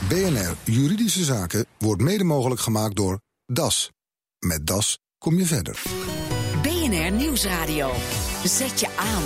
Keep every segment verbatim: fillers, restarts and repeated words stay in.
B N R Juridische Zaken wordt mede mogelijk gemaakt door D A S. Met D A S kom je verder. B N R Nieuwsradio. Zet je aan.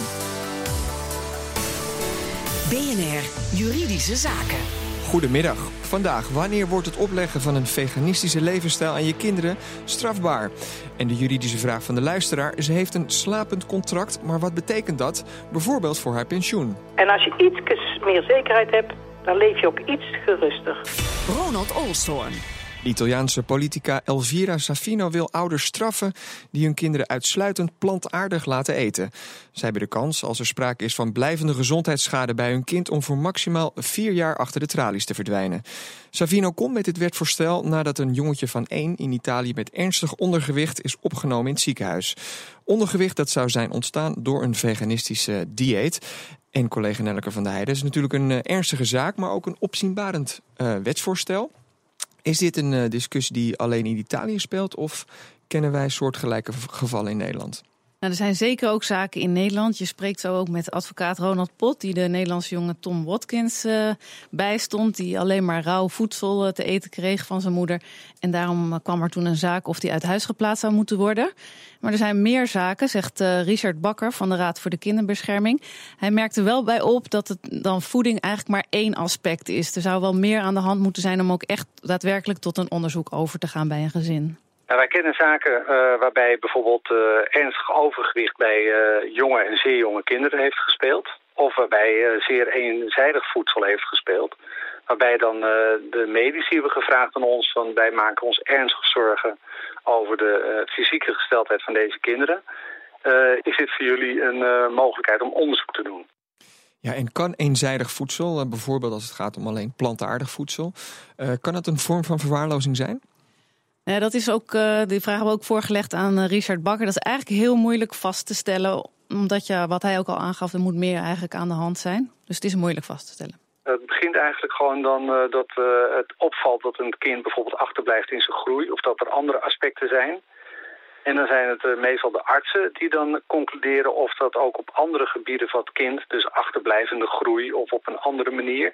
B N R Juridische Zaken. Goedemiddag. Vandaag, wanneer wordt het opleggen van een veganistische levensstijl aan je kinderen strafbaar? En de juridische vraag van de luisteraar: ze heeft een slapend contract, maar wat betekent dat? Bijvoorbeeld voor haar pensioen. En als je iets meer zekerheid hebt, dan leef je ook iets geruster. Ronald Olsthoorn. De Italiaanse politica Elvira Savino wil ouders straffen die hun kinderen uitsluitend plantaardig laten eten. Zij hebben de kans, als er sprake is van blijvende gezondheidsschade bij hun kind, om voor maximaal vier jaar achter de tralies te verdwijnen. Savino komt met dit wetvoorstel nadat een jongetje van één in Italië met ernstig ondergewicht is opgenomen in het ziekenhuis. Ondergewicht dat zou zijn ontstaan door een veganistische dieet. En collega Nelleke van der Heijden, is natuurlijk een uh, ernstige zaak, maar ook een opzienbarend uh, wetsvoorstel. Is dit een uh, discussie die alleen in Italië speelt, of kennen wij soortgelijke gevallen in Nederland? Nou, er zijn zeker ook zaken in Nederland. Je spreekt zo ook met advocaat Ronald Pot, die de Nederlandse jongen Tom Watkins uh, bijstond, die alleen maar rauw voedsel uh, te eten kreeg van zijn moeder. En daarom uh, kwam er toen een zaak of die uit huis geplaatst zou moeten worden. Maar er zijn meer zaken, zegt uh, Richard Bakker van de Raad voor de Kinderbescherming. Hij merkte wel bij op dat het dan voeding eigenlijk maar één aspect is. Er zou wel meer aan de hand moeten zijn om ook echt daadwerkelijk tot een onderzoek over te gaan bij een gezin. Nou, wij kennen zaken uh, waarbij bijvoorbeeld uh, ernstig overgewicht bij uh, jonge en zeer jonge kinderen heeft gespeeld. Of waarbij uh, zeer eenzijdig voedsel heeft gespeeld. Waarbij dan uh, de medici hebben gevraagd aan ons, van wij maken ons ernstig zorgen over de uh, fysieke gesteldheid van deze kinderen. Uh, is dit voor jullie een uh, mogelijkheid om onderzoek te doen? Ja, en kan eenzijdig voedsel, uh, bijvoorbeeld als het gaat om alleen plantaardig voedsel, uh, kan dat een vorm van verwaarlozing zijn? Ja, dat is ook, uh, die vraag hebben we ook voorgelegd aan uh, Richard Bakker. Dat is eigenlijk heel moeilijk vast te stellen, omdat je, wat hij ook al aangaf, er moet meer eigenlijk aan de hand zijn. Dus het is moeilijk vast te stellen. Het begint eigenlijk gewoon dan uh, dat uh, het opvalt dat een kind bijvoorbeeld achterblijft in zijn groei, of dat er andere aspecten zijn. En dan zijn het uh, meestal de artsen die dan concluderen of dat ook op andere gebieden van het kind, dus achterblijvende groei of op een andere manier,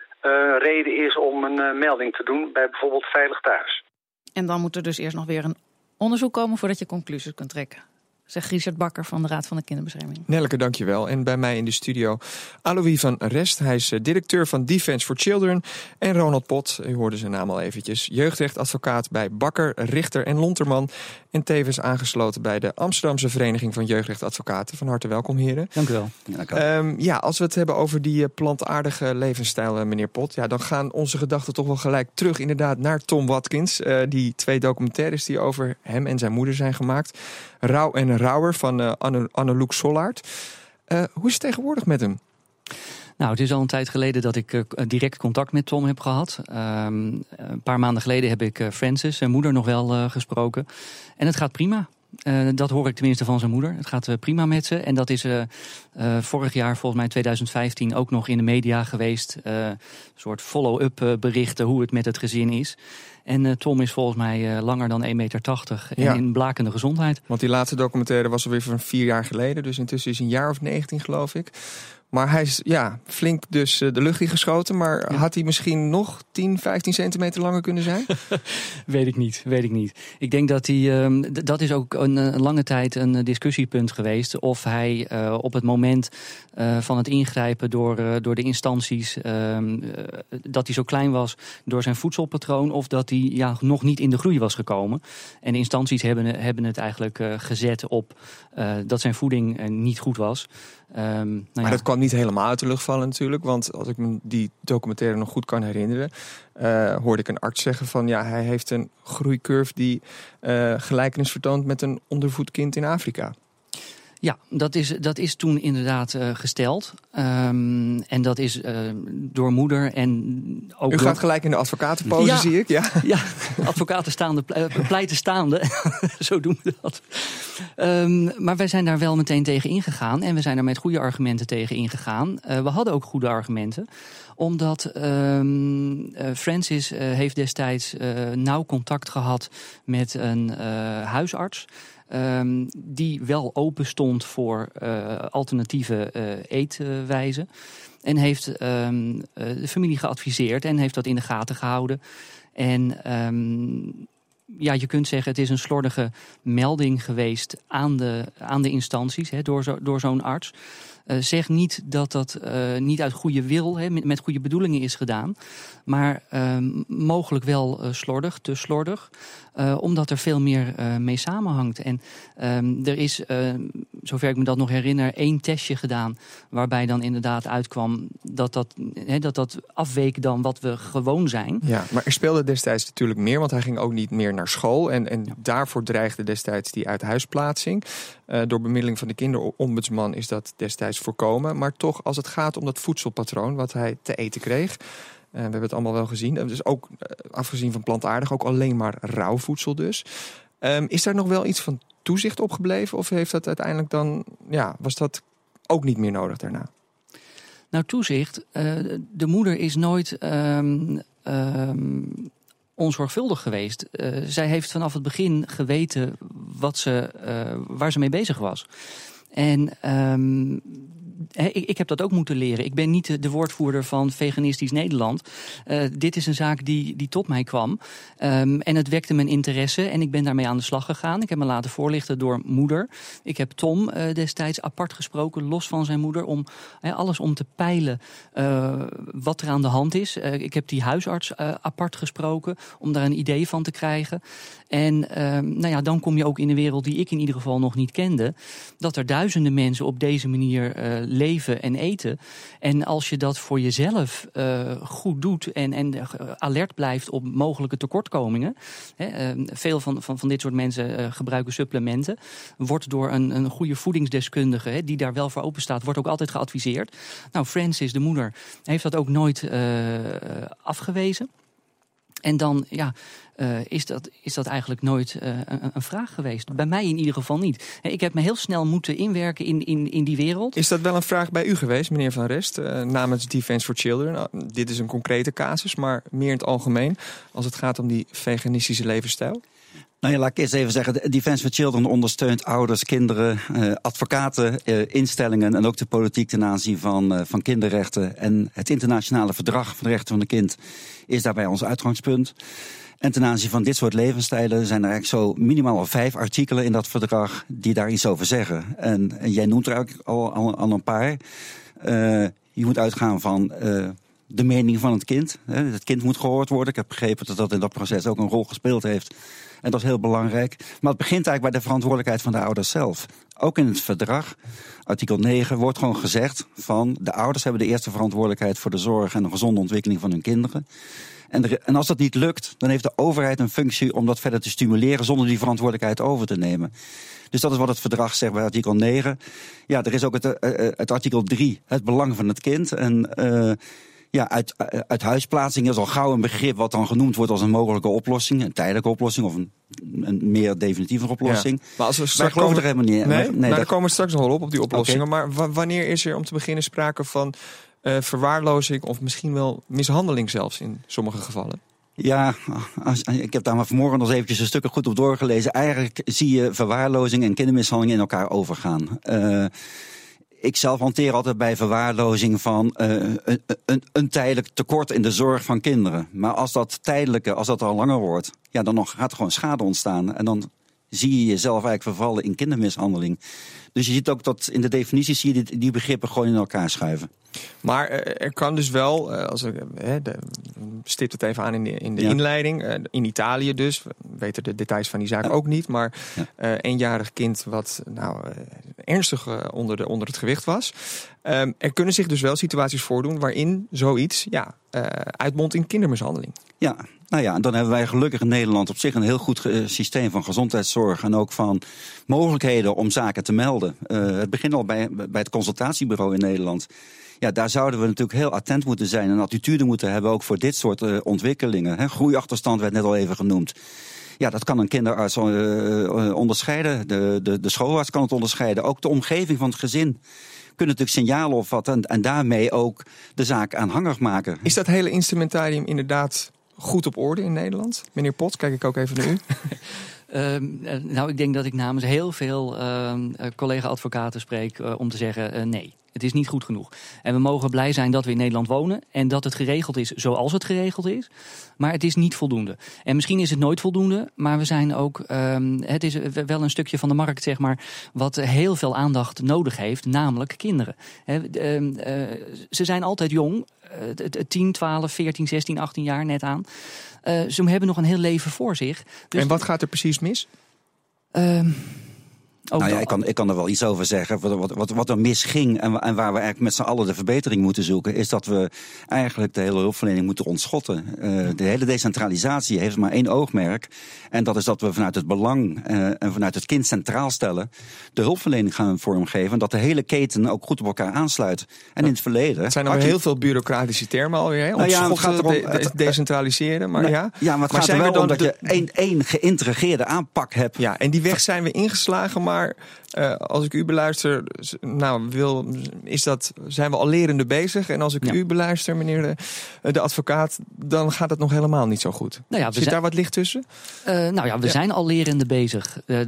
uh, reden is om een uh, melding te doen bij bijvoorbeeld Veilig Thuis. En dan moet er dus eerst nog weer een onderzoek komen voordat je conclusies kunt trekken. Zegt Richard Bakker van de Raad van de Kinderbescherming. Nelleke, dankjewel. En bij mij in de studio Alois van Rest. Hij is directeur van Defence for Children. En Ronald Pot, u hoorde zijn naam al eventjes. Jeugdrechtadvocaat bij Bakker, Richter en Lonterman. En tevens aangesloten bij de Amsterdamse Vereniging van Jeugdrechtadvocaten. Van harte welkom, heren. Dank u wel. Ja, um, ja, als we het hebben over die plantaardige levensstijl, meneer Pot, ja, dan gaan onze gedachten toch wel gelijk terug inderdaad naar Tom Watkins. Uh, die twee documentaires die over hem en zijn moeder zijn gemaakt. Rauw en Rauwer van uh, Anne, Anneloek Sollaert. Uh, hoe is het tegenwoordig met hem? Nou, het is al een tijd geleden dat ik uh, direct contact met Tom heb gehad. Um, een paar maanden geleden heb ik uh, Francis, zijn moeder, nog wel uh, gesproken. En het gaat prima. Uh, dat hoor ik tenminste van zijn moeder. Het gaat uh, prima met ze. En dat is uh, uh, vorig jaar, volgens mij twintig vijftien, ook nog in de media geweest. Uh, een soort follow-up uh, berichten hoe het met het gezin is. En uh, Tom is volgens mij uh, langer dan één meter tachtig en ja. in blakende gezondheid. Want die laatste documentaire was alweer van vier jaar geleden. Dus intussen is hij een jaar of negentien, geloof ik. Maar hij is ja, flink dus uh, de lucht in geschoten. Maar ja. had hij misschien nog tien, vijftien centimeter langer kunnen zijn? weet ik niet, weet ik niet. Ik denk dat hij, um, d- dat is ook een, een lange tijd een discussiepunt geweest. Of hij uh, op het moment uh, van het ingrijpen door, uh, door de instanties, uh, uh, dat hij zo klein was door zijn voedselpatroon, of dat hij ja, nog niet in de groei was gekomen. En de instanties hebben, hebben het eigenlijk uh, gezet op uh, dat zijn voeding uh, niet goed was. Um, nou maar ja. dat kwam niet helemaal uit de lucht vallen natuurlijk. Want als ik me die documentaire nog goed kan herinneren, Uh, hoorde ik een arts zeggen van ja, hij heeft een groeicurve die uh, gelijkenis vertoont met een ondervoed kind in Afrika. Ja, dat is, dat is toen inderdaad uh, gesteld. Um, en dat is uh, door moeder en ook. U door... gaat gelijk in de advocatenpose, ja. zie ik. Ja, ja, advocaten staande, pleiten staande. Zo doen we dat. Um, maar wij zijn daar wel meteen tegen ingegaan. En we zijn daar met goede argumenten tegen ingegaan. Uh, we hadden ook goede argumenten. Omdat um, uh, Francis uh, heeft destijds uh, nauw contact gehad met een uh, huisarts. Um, die wel open stond voor uh, alternatieve uh, eetwijzen. En heeft um, uh, de familie geadviseerd en heeft dat in de gaten gehouden. En um, ja, je kunt zeggen het is een slordige melding geweest aan de, aan de instanties, hè, door, zo, door zo'n arts. Uh, zeg niet dat dat uh, niet uit goede wil, hè, met, met goede bedoelingen is gedaan. Maar uh, mogelijk wel uh, slordig, te slordig. Uh, omdat er veel meer uh, mee samenhangt. En um, er is, uh, zover ik me dat nog herinner, één testje gedaan. Waarbij dan inderdaad uitkwam dat dat, hè, dat, dat afweek dan wat we gewoon zijn. Ja, maar er speelde destijds natuurlijk meer. Want hij ging ook niet meer naar school. En, en ja. daarvoor dreigde destijds die uithuisplaatsing. Uh, door bemiddeling van de kinderombudsman is dat destijds voorkomen. Maar toch, als het gaat om dat voedselpatroon wat hij te eten kreeg. Uh, we hebben het allemaal wel gezien. Dus ook, uh, afgezien van plantaardig, ook alleen maar rauw voedsel dus. Um, is daar nog wel iets van toezicht op gebleven? Of heeft dat uiteindelijk dan, ja, was dat ook niet meer nodig daarna? Nou, toezicht. Uh, de moeder is nooit Um, um, onzorgvuldig geweest. Uh, zij heeft vanaf het begin geweten wat ze, uh, waar ze mee bezig was. En um, he, ik, ik heb dat ook moeten leren. Ik ben niet de, de woordvoerder van Veganistisch Nederland. Uh, dit is een zaak die, die tot mij kwam. Um, en het wekte mijn interesse en ik ben daarmee aan de slag gegaan. Ik heb me laten voorlichten door moeder. Ik heb Tom uh, destijds apart gesproken, los van zijn moeder, om uh, alles om te peilen uh, wat er aan de hand is. Uh, ik heb die huisarts uh, apart gesproken om daar een idee van te krijgen. En um, nou ja, dan kom je ook in een wereld die ik in ieder geval nog niet kende. Dat er duizenden mensen op deze manier uh, leven en eten. En als je dat voor jezelf uh, goed doet en, en uh, alert blijft op mogelijke tekortkomingen. Hè, uh, veel van, van, van dit soort mensen uh, gebruiken supplementen. Wordt door een, een goede voedingsdeskundige, hè, die daar wel voor open staat, wordt ook altijd geadviseerd. Nou, Francis, de moeder, heeft dat ook nooit uh, afgewezen. En dan, ja, uh, is, dat, is dat eigenlijk nooit uh, een, een vraag geweest. Bij mij in ieder geval niet. Ik heb me heel snel moeten inwerken in, in, in die wereld. Is dat wel een vraag bij u geweest, meneer Van Rest, uh, namens Defence for Children? Nou, dit is een concrete casus, maar meer in het algemeen, als het gaat om die veganistische levensstijl? Nou ja, laat ik eerst even zeggen, Defence for Children ondersteunt ouders, kinderen, eh, advocaten, eh, instellingen en ook de politiek ten aanzien van, eh, van kinderrechten. En het internationale verdrag van de rechten van het kind is daarbij ons uitgangspunt. En ten aanzien van dit soort levensstijlen zijn er eigenlijk zo minimaal al vijf artikelen in dat verdrag die daar iets over zeggen. En, en jij noemt er eigenlijk al, al, al een paar. Uh, je moet uitgaan van Uh, de mening van het kind. Het kind moet gehoord worden. Ik heb begrepen dat dat in dat proces ook een rol gespeeld heeft. En dat is heel belangrijk. Maar het begint eigenlijk bij de verantwoordelijkheid van de ouders zelf. Ook in het verdrag, artikel negen, wordt gewoon gezegd van de ouders hebben de eerste verantwoordelijkheid voor de zorg en de gezonde ontwikkeling van hun kinderen. En, de, en als dat niet lukt, dan heeft de overheid een functie om dat verder te stimuleren zonder die verantwoordelijkheid over te nemen. Dus dat is wat het verdrag zegt bij artikel negen. Ja, er is ook het, uh, het artikel drie, het belang van het kind. En uh, ja, uit, uit huisplaatsing is al gauw een begrip wat dan genoemd wordt als een mogelijke oplossing. Een tijdelijke oplossing of een, een meer definitieve oplossing. Ja, maar als we straks Wij geloven komen, er helemaal niet. Nee, nee, maar dat... daar komen we straks nog wel op, op die oplossingen. Okay. Maar w- wanneer is er om te beginnen sprake van uh, verwaarlozing of misschien wel mishandeling zelfs in sommige gevallen? Ja, als, ik heb daar maar vanmorgen nog eventjes een stukje goed op doorgelezen. Eigenlijk zie je verwaarlozing en kindermishandeling in elkaar overgaan. Uh, Ik zelf hanteer altijd bij verwaarlozing van uh, een, een, een tijdelijk tekort in de zorg van kinderen. Maar als dat tijdelijke, als dat al langer wordt, ja, dan nog gaat er gewoon schade ontstaan. En dan zie je jezelf eigenlijk vervallen in kindermishandeling. Dus je ziet ook dat in de definitie zie je die, die begrippen gewoon in elkaar schuiven. Maar uh, er kan dus wel, uh, als ik uh, de, stipt het even aan in de, in de ja. inleiding, uh, in Italië dus, we weten de details van die zaak ja. ook niet, maar ja. uh, eenjarig kind wat nou uh, ernstig uh, onder, de, onder het gewicht was. Um, er kunnen zich dus wel situaties voordoen waarin zoiets ja, uh, uitmondt in kindermishandeling. Ja, nou ja, en dan hebben wij gelukkig in Nederland op zich een heel goed uh, systeem van gezondheidszorg en ook van mogelijkheden om zaken te melden. Uh, het begint al bij, bij het consultatiebureau in Nederland. Ja, daar zouden we natuurlijk heel attent moeten zijn en attitude moeten hebben ook voor dit soort uh, ontwikkelingen. Hè. Groeiachterstand werd net al even genoemd. Ja, dat kan een kinderarts uh, uh, onderscheiden. De, de, de schoolarts kan het onderscheiden. Ook de omgeving van het gezin kunnen natuurlijk signalen opvatten en, en daarmee ook de zaak aanhangig maken. Is dat hele instrumentarium inderdaad goed op orde in Nederland? Meneer Pot, kijk ik ook even naar u. Uh, nou, ik denk dat ik namens heel veel uh, collega-advocaten spreek uh, om te zeggen uh, nee. Het is niet goed genoeg. En we mogen blij zijn dat we in Nederland wonen en dat het geregeld is zoals het geregeld is. Maar het is niet voldoende. En misschien is het nooit voldoende, maar we zijn ook... Um, het is wel een stukje van de markt, zeg maar, wat heel veel aandacht nodig heeft, namelijk kinderen. He, uh, uh, ze zijn altijd jong, uh, tien, twaalf, veertien, zestien, achttien jaar net aan. Uh, ze hebben nog een heel leven voor zich. Dus en wat gaat er precies mis? Uh, Ook nou ja, ik kan, ik kan er wel iets over zeggen. Wat, wat, wat er misging en, en waar we eigenlijk met z'n allen de verbetering moeten zoeken, is dat we eigenlijk de hele hulpverlening moeten ontschotten. Uh, de hele decentralisatie heeft maar één oogmerk. En dat is dat we vanuit het belang uh, en vanuit het kind centraal stellen, de hulpverlening gaan vormgeven. En dat de hele keten ook goed op elkaar aansluit. En in het verleden... Het zijn nog heel veel bureaucratische termen alweer. Hè? Nou ja, het gaat erom, de, de, decentraliseren, maar nou, ja. Ja, maar het maar gaat er wel we om dat de, je één, één geïntegreerde aanpak hebt. Ja, en die weg zijn we ingeslagen, maar Maar uh, als ik u beluister, nou, wil, is dat, zijn we al lerende bezig. En als ik ja. u beluister, meneer de, de advocaat, dan gaat het nog helemaal niet zo goed. Nou ja, Zit zijn, daar wat licht tussen? Uh, nou ja, we ja. zijn al lerende bezig. Uh,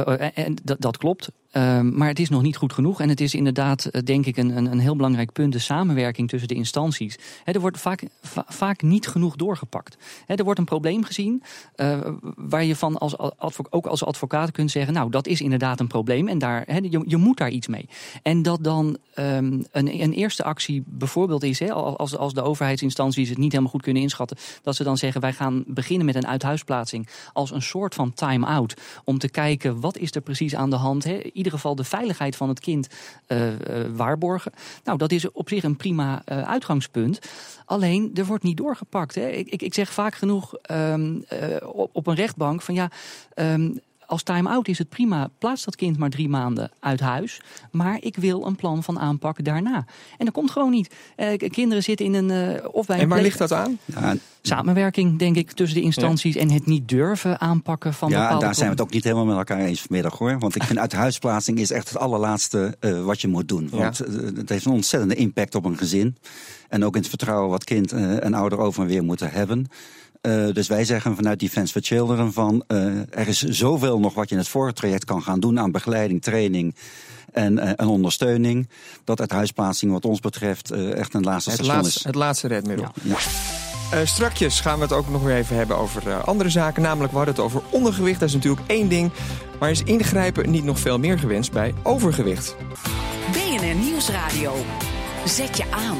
en dat klopt. Uh, maar het is nog niet goed genoeg. En het is inderdaad, uh, denk ik, een, een, een heel belangrijk punt. De samenwerking tussen de instanties. He, er wordt vaak, va, vaak niet genoeg doorgepakt. He, er wordt een probleem gezien uh, waar je van als advo, ook als advocaat kunt zeggen, nou, dat is inderdaad een probleem. En daar, he, je, je moet daar iets mee. En dat dan um, een, een eerste actie bijvoorbeeld is, he, als, als de overheidsinstanties het niet helemaal goed kunnen inschatten, dat ze dan zeggen, wij gaan beginnen met een uithuisplaatsing als een soort van time-out. Om te kijken, wat is er precies aan de hand? He, in ieder geval de veiligheid van het kind uh, uh, waarborgen. Nou, dat is op zich een prima uh, uitgangspunt. Alleen, er wordt niet doorgepakt. Hè. Ik, ik, ik zeg vaak genoeg um, uh, op, op een rechtbank van ja, Um, als time-out is het prima, plaats dat kind maar drie maanden uit huis. Maar ik wil een plan van aanpak daarna. En dat komt gewoon niet. Uh, kinderen zitten in een... Uh, of bij en een waar plek... ligt dat aan? Ja, Samenwerking, denk ik, tussen de instanties. Ja. En het niet durven aanpakken van ja, bepaalde... Ja, daar zijn we het ook niet helemaal met elkaar eens vanmiddag, hoor. Want ik vind uithuisplaatsing is echt het allerlaatste uh, wat je moet doen. Want ja. uh, het heeft een ontzettende impact op een gezin. En ook in het vertrouwen wat kind uh, en ouder over en weer moeten hebben. Uh, dus wij zeggen vanuit Defence for Children van uh, er is zoveel nog wat je in het voortraject kan gaan doen aan begeleiding, training en, uh, en ondersteuning. Dat uithuisplaatsing wat ons betreft uh, echt een laatste het station laatste, is. Het laatste redmiddel. Ja. Ja. Uh, strakjes gaan we het ook nog weer even hebben over uh, andere zaken. Namelijk, we hadden het over ondergewicht. Dat is natuurlijk één ding. Maar is ingrijpen niet nog veel meer gewenst bij overgewicht? B N R Nieuwsradio. Zet je aan.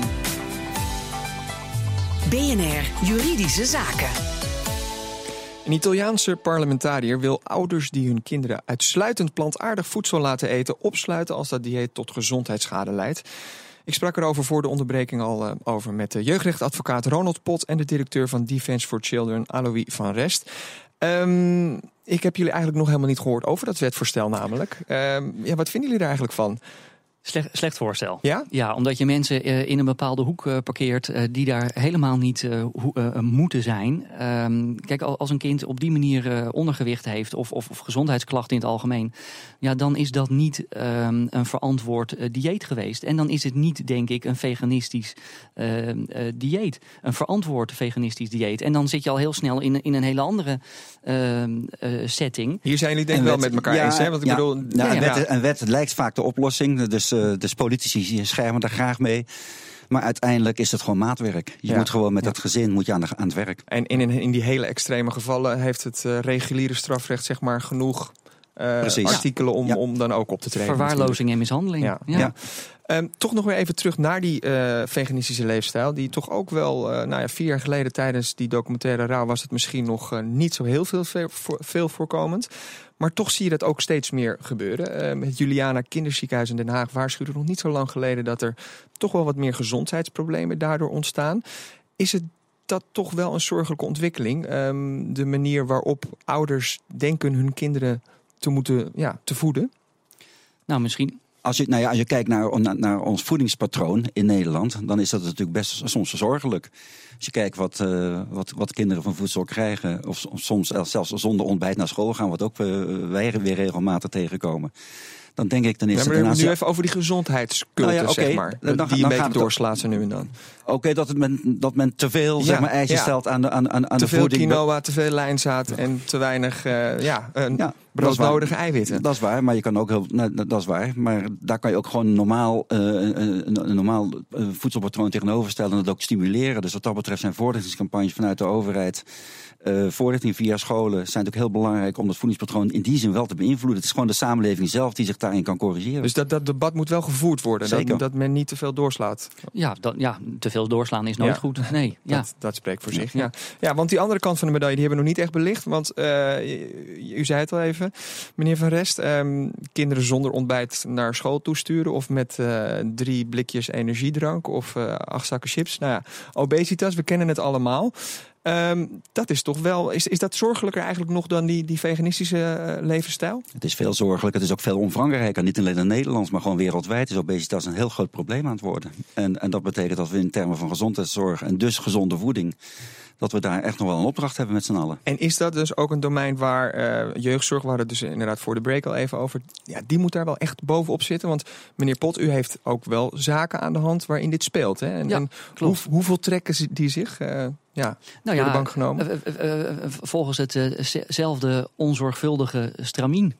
B N R Juridische Zaken. Een Italiaanse parlementariër wil ouders die hun kinderen uitsluitend plantaardig voedsel laten eten opsluiten als dat dieet tot gezondheidsschade leidt. Ik sprak erover voor de onderbreking al uh, over met de jeugdrechtadvocaat Ronald Pot en de directeur van Defence for Children, Alois van Rest. Um, ik heb jullie eigenlijk nog helemaal niet gehoord over dat wetvoorstel namelijk. Um, ja, wat vinden jullie daar eigenlijk van? Slecht, slecht voorstel. Ja? Ja, omdat je mensen uh, in een bepaalde hoek uh, parkeert uh, die daar helemaal niet uh, ho- uh, moeten zijn. Um, kijk, als een kind op die manier uh, ondergewicht heeft of, of, of gezondheidsklachten in het algemeen, ja, dan is dat niet um, een verantwoord uh, dieet geweest. En dan is het niet, denk ik, een veganistisch uh, uh, dieet. Een verantwoord veganistisch dieet. En dan zit je al heel snel in, in een hele andere uh, uh, setting. Hier zijn jullie denk ik wel met elkaar ja, eens, hè? Want ik ja, bedoel, ja, ja, een, ja. wet, een wet lijkt vaak de oplossing. Dus Uh, dus politici schermen daar graag mee. Maar uiteindelijk is het gewoon maatwerk. Je ja. moet gewoon met ja. dat gezin moet je aan, de, aan het werk. En in, in die hele extreme gevallen heeft het uh, reguliere strafrecht zeg maar genoeg uh, artikelen om, ja. om dan ook op te treden. Verwaarlozing natuurlijk. en mishandeling. Ja. Ja. Ja. Um, toch nog weer even terug naar die uh, veganistische leefstijl. Die toch ook wel, uh, nou ja, vier jaar geleden tijdens die documentaire Rauw was het misschien nog uh, niet zo heel veel, veel, veel voorkomend. Maar toch zie je dat ook steeds meer gebeuren. Uh, het Juliana Kinderziekenhuis in Den Haag waarschuwde nog niet zo lang geleden dat er toch wel wat meer gezondheidsproblemen daardoor ontstaan. Is het dat toch wel een zorgelijke ontwikkeling? Um, de manier waarop ouders denken hun kinderen te moeten ja, te voeden? Nou, misschien. Als je, nou ja, als je kijkt naar, naar, naar ons voedingspatroon in Nederland, dan is dat natuurlijk best soms zorgelijk. Als je kijkt wat, uh, wat, wat kinderen van voedsel krijgen, of soms zelfs zonder ontbijt naar school gaan, wat ook uh, wij weer regelmatig tegenkomen. dan denk ik... dan is ja, maar het we nu even over die gezondheidscultus, nou ja, okay, zeg maar. Dan, dan, die een beetje doorslaat ze nu en dan. Oké, okay, dat, dat men te veel ja, zeg maar, eisen ja. stelt aan de, aan, aan te de voeding. Te veel quinoa, te veel lijnzaad ja. en te weinig uh, ja, uh, ja, broodnodige eiwitten. Dat is waar, maar je kan ook heel, nou, dat is waar, maar daar kan je ook gewoon normaal, uh, een, een normaal uh, voedselpatroon tegenover stellen en dat ook stimuleren. Dus wat dat betreft zijn voorlichtingscampagnes vanuit de overheid, uh, voorlichting via scholen, zijn natuurlijk heel belangrijk om dat voedingspatroon in die zin wel te beïnvloeden. Het is gewoon de samenleving zelf die zich daarin kan corrigeren. Dus dat, dat debat moet wel gevoerd worden, dat, dat men niet te veel doorslaat. Ja, dat, ja, te veel doorslaan is nooit ja. goed. Nee, ja. dat, dat spreekt voor zich. Ja. Ja. ja, want die andere kant van de medaille die hebben we nog niet echt belicht. Want uh, u zei het al even, meneer Van Rest, um, kinderen zonder ontbijt naar school toesturen of met uh, drie blikjes energiedrank of uh, acht zakken chips. Nou ja, obesitas, we kennen het allemaal. Um, dat is toch wel, is, is dat zorgelijker eigenlijk nog dan die, die veganistische uh, levensstijl? Het is veel zorgelijker, het is ook veel omvangrijker. Niet alleen in Nederland, maar gewoon wereldwijd is obesitas een heel groot probleem aan het worden. En, en dat betekent dat we in termen van gezondheidszorg en dus gezonde voeding, dat we daar echt nog wel een opdracht hebben met z'n allen. En is dat dus ook een domein waar uh, jeugdzorg, we hadden het dus inderdaad voor de break al even over, ja, die moet daar wel echt bovenop zitten? Want meneer Pot, u heeft ook wel zaken aan de hand waarin dit speelt. Hè? En, ja, en hoe, hoeveel trekken die zich uh, ja, nou door ja, de bank genomen? Uh, uh, uh, volgens hetzelfde uh, onzorgvuldige stramien.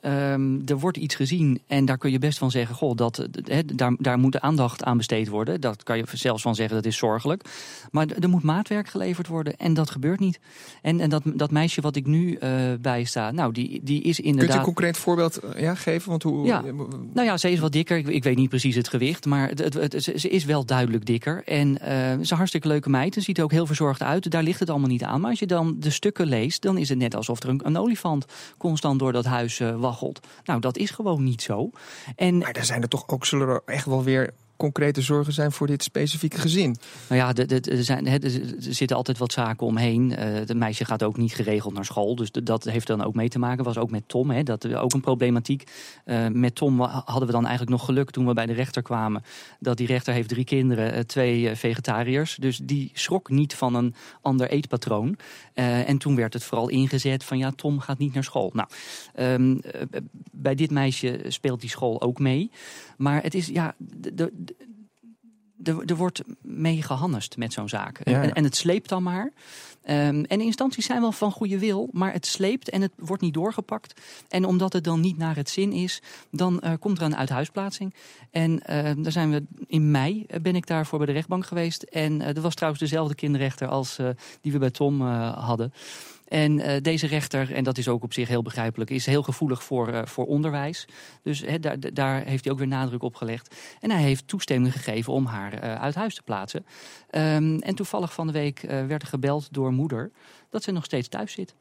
Um, er wordt iets gezien en daar kun je best van zeggen, goh, dat, he, daar, daar moet aandacht aan besteed worden. Dat kan je zelfs van zeggen, dat is zorgelijk. Maar er moet maatwerk geleverd worden en dat gebeurt niet. En, en dat, dat meisje wat ik nu uh, bijsta, nou, die, die is inderdaad... Kunt u een concreet voorbeeld ja, geven? Want hoe... ja. Nou ja, ze is wat dikker. Ik, ik weet niet precies het gewicht, maar het, het, het, ze is wel duidelijk dikker. En uh, ze is een hartstikke leuke meid en ziet er ook heel verzorgd uit. Daar ligt het allemaal niet aan. Maar als je dan de stukken leest, dan is het net alsof er een, een olifant constant door dat huis uh, waggelt. Nou, dat is gewoon niet zo. En, maar er zijn er toch ook, zullen er echt wel weer concrete zorgen zijn voor dit specifieke gezin? Nou ja, er, zijn, er zitten altijd wat zaken omheen. Het meisje gaat ook niet geregeld naar school. Dus dat heeft dan ook mee te maken. Was ook met Tom. Hè, dat ook een problematiek. Uh, met Tom hadden we dan eigenlijk nog geluk toen we bij de rechter kwamen. Dat die rechter heeft drie kinderen, twee vegetariërs. Dus die schrok niet van een ander eetpatroon. Uh, en toen werd het vooral ingezet van ja, Tom gaat niet naar school. Nou, um, bij dit meisje speelt die school ook mee. Maar het is, ja, de, de, de, er wordt mee gehannest met zo'n zaak. Ja, ja. En, en het sleept dan maar. Um, en de instanties zijn wel van goede wil, maar het sleept en het wordt niet doorgepakt. En omdat het dan niet naar het zin is, dan uh, komt er een uithuisplaatsing. En uh, daar zijn we in mei, uh, ben ik daarvoor bij de rechtbank geweest. En uh, dat was trouwens dezelfde kinderrechter als uh, die we bij Tom uh, hadden. En uh, deze rechter, en dat is ook op zich heel begrijpelijk, is heel gevoelig voor, uh, voor onderwijs. Dus he, daar, daar heeft hij ook weer nadruk op gelegd. En hij heeft toestemming gegeven om haar uh, uit huis te plaatsen. Um, en toevallig van de week uh, werd er gebeld door moeder dat ze nog steeds thuis zit.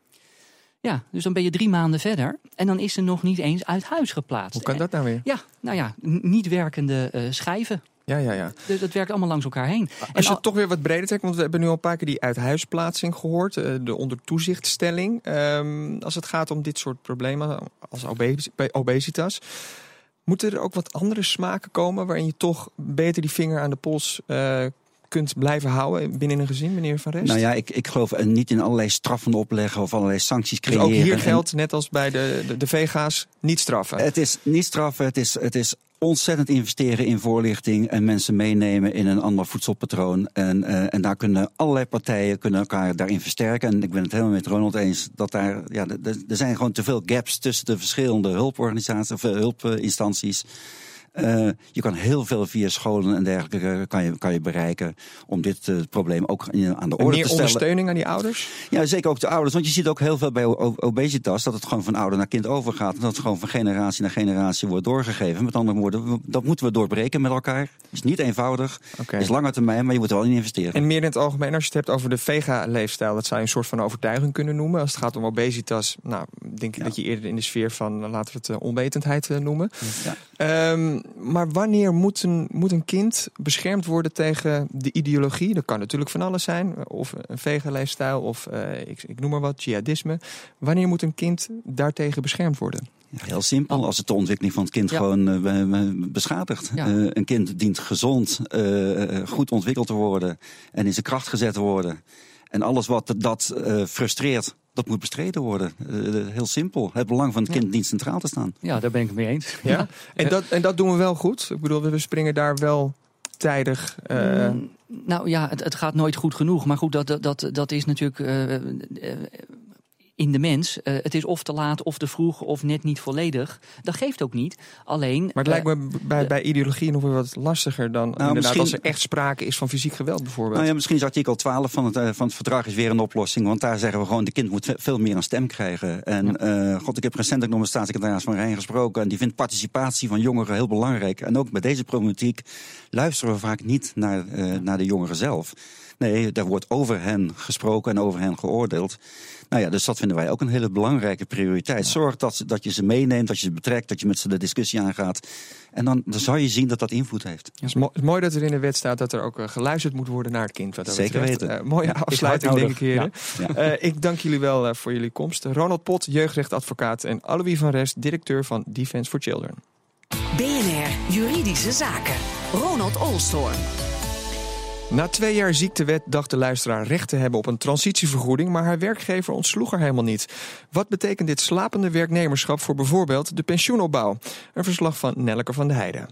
Ja, dus dan ben je drie maanden verder en dan is ze nog niet eens uit huis geplaatst. Hoe kan dat nou weer? Ja, nou ja, niet werkende uh, schijven. Ja, ja, ja. Dus dat werkt allemaal langs elkaar heen. Als je het al... toch weer wat breder trekt, want we hebben nu al een paar keer die uithuisplaatsing gehoord, de onder toezichtstelling. Um, als het gaat om dit soort problemen als obes- obesitas, moeten er ook wat andere smaken komen waarin je toch beter die vinger aan de pols uh, kunt blijven houden binnen een gezin, meneer Van Rest? Nou ja, ik, ik geloof niet in allerlei straffen opleggen of allerlei sancties creëren. Dus ook hier geldt, net als bij de, de, de vega's, niet straffen? Het is niet straffen, het is, het is ontzettend investeren in voorlichting en mensen meenemen in een ander voedselpatroon. En, uh, en daar kunnen allerlei partijen kunnen elkaar daarin versterken. En ik ben het helemaal met Ronald eens dat daar, ja, er zijn gewoon te veel gaps tussen de verschillende hulporganisaties of hulpinstanties. Uh, je kan heel veel via scholen en dergelijke kan je, kan je bereiken om dit uh, probleem ook in, aan de orde te stellen. Meer ondersteuning aan die ouders? Ja, zeker ook de ouders. Want je ziet ook heel veel bij obesitas dat het gewoon van ouder naar kind overgaat. En dat het gewoon van generatie naar generatie wordt doorgegeven. Met andere woorden, dat moeten we doorbreken met elkaar. Is niet eenvoudig, okay. Is lange termijn, maar je moet er wel in investeren. En meer in het algemeen, als je het hebt over de vega-leefstijl, dat zou je een soort van overtuiging kunnen noemen. Als het gaat om obesitas, nou, denk ik ja. dat je eerder in de sfeer van, laten we het uh, onwetendheid uh, noemen. Ja. Um, Maar wanneer moet een, moet een kind beschermd worden tegen de ideologie? Dat kan natuurlijk van alles zijn. Of een vega-leefstijl, of uh, ik, ik noem maar wat, jihadisme. Wanneer moet een kind daartegen beschermd worden? Ja, heel simpel, als het de ontwikkeling van het kind ja. gewoon uh, beschadigt. Ja. Uh, een kind dient gezond, uh, goed ontwikkeld te worden en in zijn kracht gezet te worden. En alles wat dat uh, frustreert, dat moet bestreden worden. Uh, heel simpel. Het belang van het kind dient centraal te staan. Ja, daar ben ik het mee eens. Ja? Ja. En, dat, en dat doen we wel goed? Ik bedoel, we springen daar wel tijdig... Uh... Mm, nou ja, het, het gaat nooit goed genoeg. Maar goed, dat, dat, dat is natuurlijk... Uh, uh, in de mens. Uh, het is of te laat, of te vroeg, of net niet volledig. Dat geeft ook niet. Alleen... Maar het uh, lijkt me bij, uh, bij ideologie nog weer wat lastiger dan nou, inderdaad als er echt sprake is van fysiek geweld bijvoorbeeld. Nou ja, misschien is artikel twaalf van het, uh, van het verdrag is weer een oplossing. Want daar zeggen we gewoon, de kind moet veel meer een stem krijgen. En ja. uh, god, ik heb recentelijk nog met staatssecretaris Van Rijn gesproken. En die vindt participatie van jongeren heel belangrijk. En ook met deze problematiek luisteren we vaak niet naar, uh, naar de jongeren zelf. Nee, daar wordt over hen gesproken en over hen geoordeeld. Nou ja, dus dat vinden wij ook een hele belangrijke prioriteit. Zorg dat, dat je ze meeneemt, dat je ze betrekt, dat je met ze de discussie aangaat. En dan, dan zal je zien dat dat invloed heeft. Ja, het is mooi, het is mooi dat er in de wet staat dat er ook uh, geluisterd moet worden naar het kind. Wat Zeker betreft. weten. Uh, mooie ja, afsluiting, denk ik, heren. Ja. Ja. Uh, ik dank jullie wel uh, voor jullie komst. Ronald Pot, jeugdrechtadvocaat, en Alois van Rest, directeur van Defence for Children. B N R Juridische Zaken. Ronald Olsthoorn. Na twee jaar ziektewet dacht de luisteraar recht te hebben op een transitievergoeding, maar haar werkgever ontsloeg haar helemaal niet. Wat betekent dit slapende werknemerschap voor bijvoorbeeld de pensioenopbouw? Een verslag van Nelleke van de Heijden.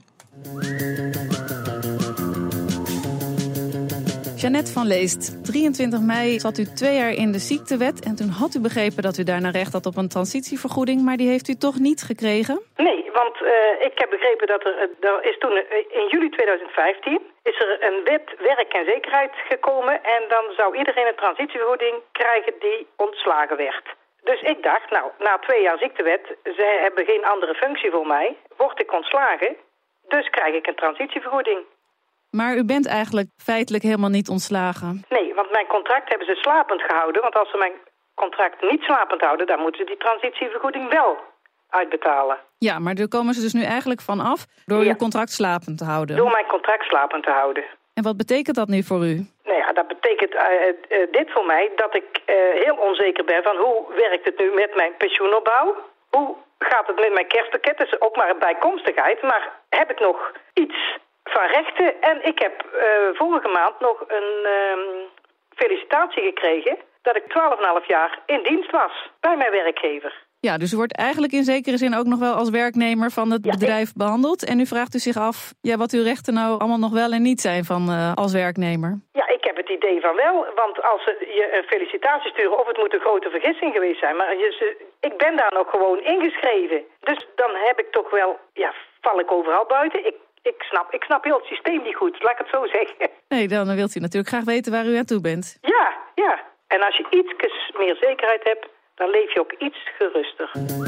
Jeannette van Leest, drieëntwintig mei zat u twee jaar in de ziektewet en toen had u begrepen dat u daarna recht had op een transitievergoeding, maar die heeft u toch niet gekregen? Nee, want uh, ik heb begrepen dat er, er is toen uh, in juli tweeduizend vijftien is er een wet werk en zekerheid gekomen en dan zou iedereen een transitievergoeding krijgen die ontslagen werd. Dus ik dacht, nou, na twee jaar ziektewet, zij hebben geen andere functie voor mij, word ik ontslagen, dus krijg ik een transitievergoeding. Maar u bent eigenlijk feitelijk helemaal niet ontslagen. Nee, want mijn contract hebben ze slapend gehouden. Want als ze mijn contract niet slapend houden, dan moeten ze die transitievergoeding wel uitbetalen. Ja, maar daar komen ze dus nu eigenlijk van af door ja. uw contract slapend te houden. Door mijn contract slapend te houden. En wat betekent dat nu voor u? Nou ja, dat betekent uh, uh, dit voor mij, dat ik uh, heel onzeker ben van hoe werkt het nu met mijn pensioenopbouw? Hoe gaat het met mijn kerstpakket? Dat is ook maar een bijkomstigheid. Maar heb ik nog iets van rechten? En ik heb uh, vorige maand nog een uh, felicitatie gekregen dat ik twaalf komma vijf jaar in dienst was bij mijn werkgever. Ja, dus u wordt eigenlijk in zekere zin ook nog wel als werknemer van het ja, bedrijf ik... behandeld. En nu vraagt u zich af ja, wat uw rechten nou allemaal nog wel en niet zijn van uh, als werknemer. Ja, ik heb het idee van wel. Want als ze je een felicitatie sturen, of het moet een grote vergissing geweest zijn. Maar je, ze, ik ben daar nog gewoon ingeschreven. Dus dan heb ik toch wel, ja, val ik overal buiten. Ik, ik, snap, ik snap heel het systeem niet goed, laat ik het zo zeggen. Nee, dan wilt u natuurlijk graag weten waar u aan toe bent. Ja, ja. En als je iets meer zekerheid hebt, dan leef je ook iets geruster.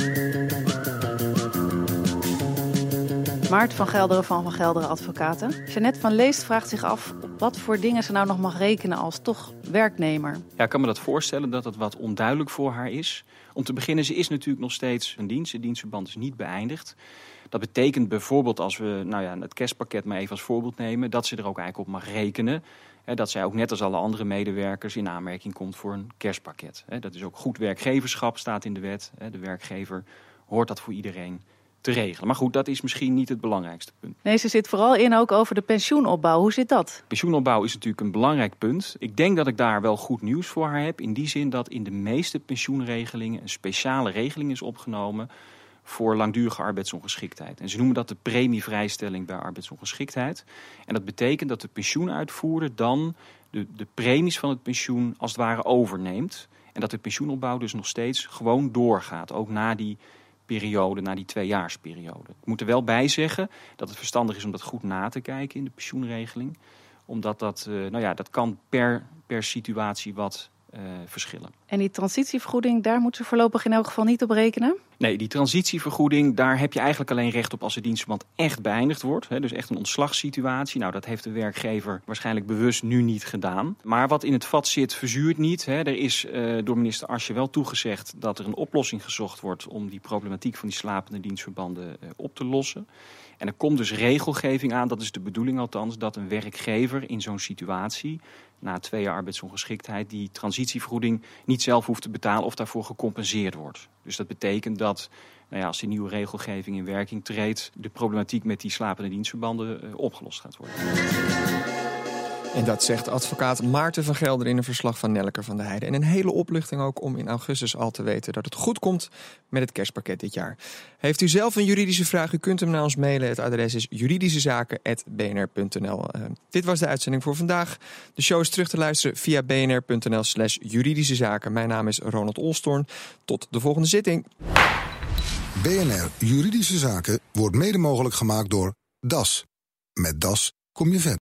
Maart van Gelderen van Van Gelderen Advocaten. Jeannette van Leest vraagt zich af op wat voor dingen ze nou nog mag rekenen als toch werknemer. Ja, ik kan me dat voorstellen dat het wat onduidelijk voor haar is. Om te beginnen, ze is natuurlijk nog steeds een dienst. De dienstverband is niet beëindigd. Dat betekent bijvoorbeeld, als we nou ja, het kerstpakket maar even als voorbeeld nemen, dat ze er ook eigenlijk op mag rekenen. Hè, dat zij ook net als alle andere medewerkers in aanmerking komt voor een kerstpakket. Hè, dat is ook goed werkgeverschap, staat in de wet. Hè, de werkgever hoort dat voor iedereen te regelen. Maar goed, dat is misschien niet het belangrijkste punt. Nee, ze zit vooral in ook over de pensioenopbouw. Hoe zit dat? Pensioenopbouw is natuurlijk een belangrijk punt. Ik denk dat ik daar wel goed nieuws voor haar heb. In die zin dat in de meeste pensioenregelingen een speciale regeling is opgenomen voor langdurige arbeidsongeschiktheid. En ze noemen dat de premievrijstelling bij arbeidsongeschiktheid. En dat betekent dat de pensioenuitvoerder dan de, de premies van het pensioen als het ware overneemt. En dat de pensioenopbouw dus nog steeds gewoon doorgaat, ook na die periode, na die tweejaarsperiode. Ik moet er wel bij zeggen dat het verstandig is om dat goed na te kijken in de pensioenregeling. Omdat dat, uh, nou ja, dat kan per, per situatie wat uh, verschillen. En die transitievergoeding, daar moet ze voorlopig in elk geval niet op rekenen? Nee, die transitievergoeding, daar heb je eigenlijk alleen recht op als de dienstverband echt beëindigd wordt. Hè, dus echt een ontslagssituatie. Nou, dat heeft de werkgever waarschijnlijk bewust nu niet gedaan. Maar wat in het vat zit, verzuurt niet. Hè. Er is uh, door minister Asscher wel toegezegd dat er een oplossing gezocht wordt om die problematiek van die slapende dienstverbanden uh, op te lossen. En er komt dus regelgeving aan, dat is de bedoeling althans, dat een werkgever in zo'n situatie, na twee jaar arbeidsongeschiktheid, die transitievergoeding niet zelf hoeft te betalen of daarvoor gecompenseerd wordt. Dus dat betekent dat, nou ja, als die nieuwe regelgeving in werking treedt, de problematiek met die slapende dienstverbanden uh, opgelost gaat worden. En dat zegt advocaat Maarten van Gelder in een verslag van Nelleke van der Heijden. En een hele opluchting ook om in augustus al te weten dat het goed komt met het kerstpakket dit jaar. Heeft u zelf een juridische vraag? U kunt hem naar ons mailen. Het adres is juridischezaken apenstaartje b n r punt n l. Uh, dit was de uitzending voor vandaag. De show is terug te luisteren via bnr.nl slash juridische zaken. Mijn naam is Ronald Olstorn. Tot de volgende zitting. B N R Juridische Zaken wordt mede mogelijk gemaakt door D A S. Met D A S kom je verder.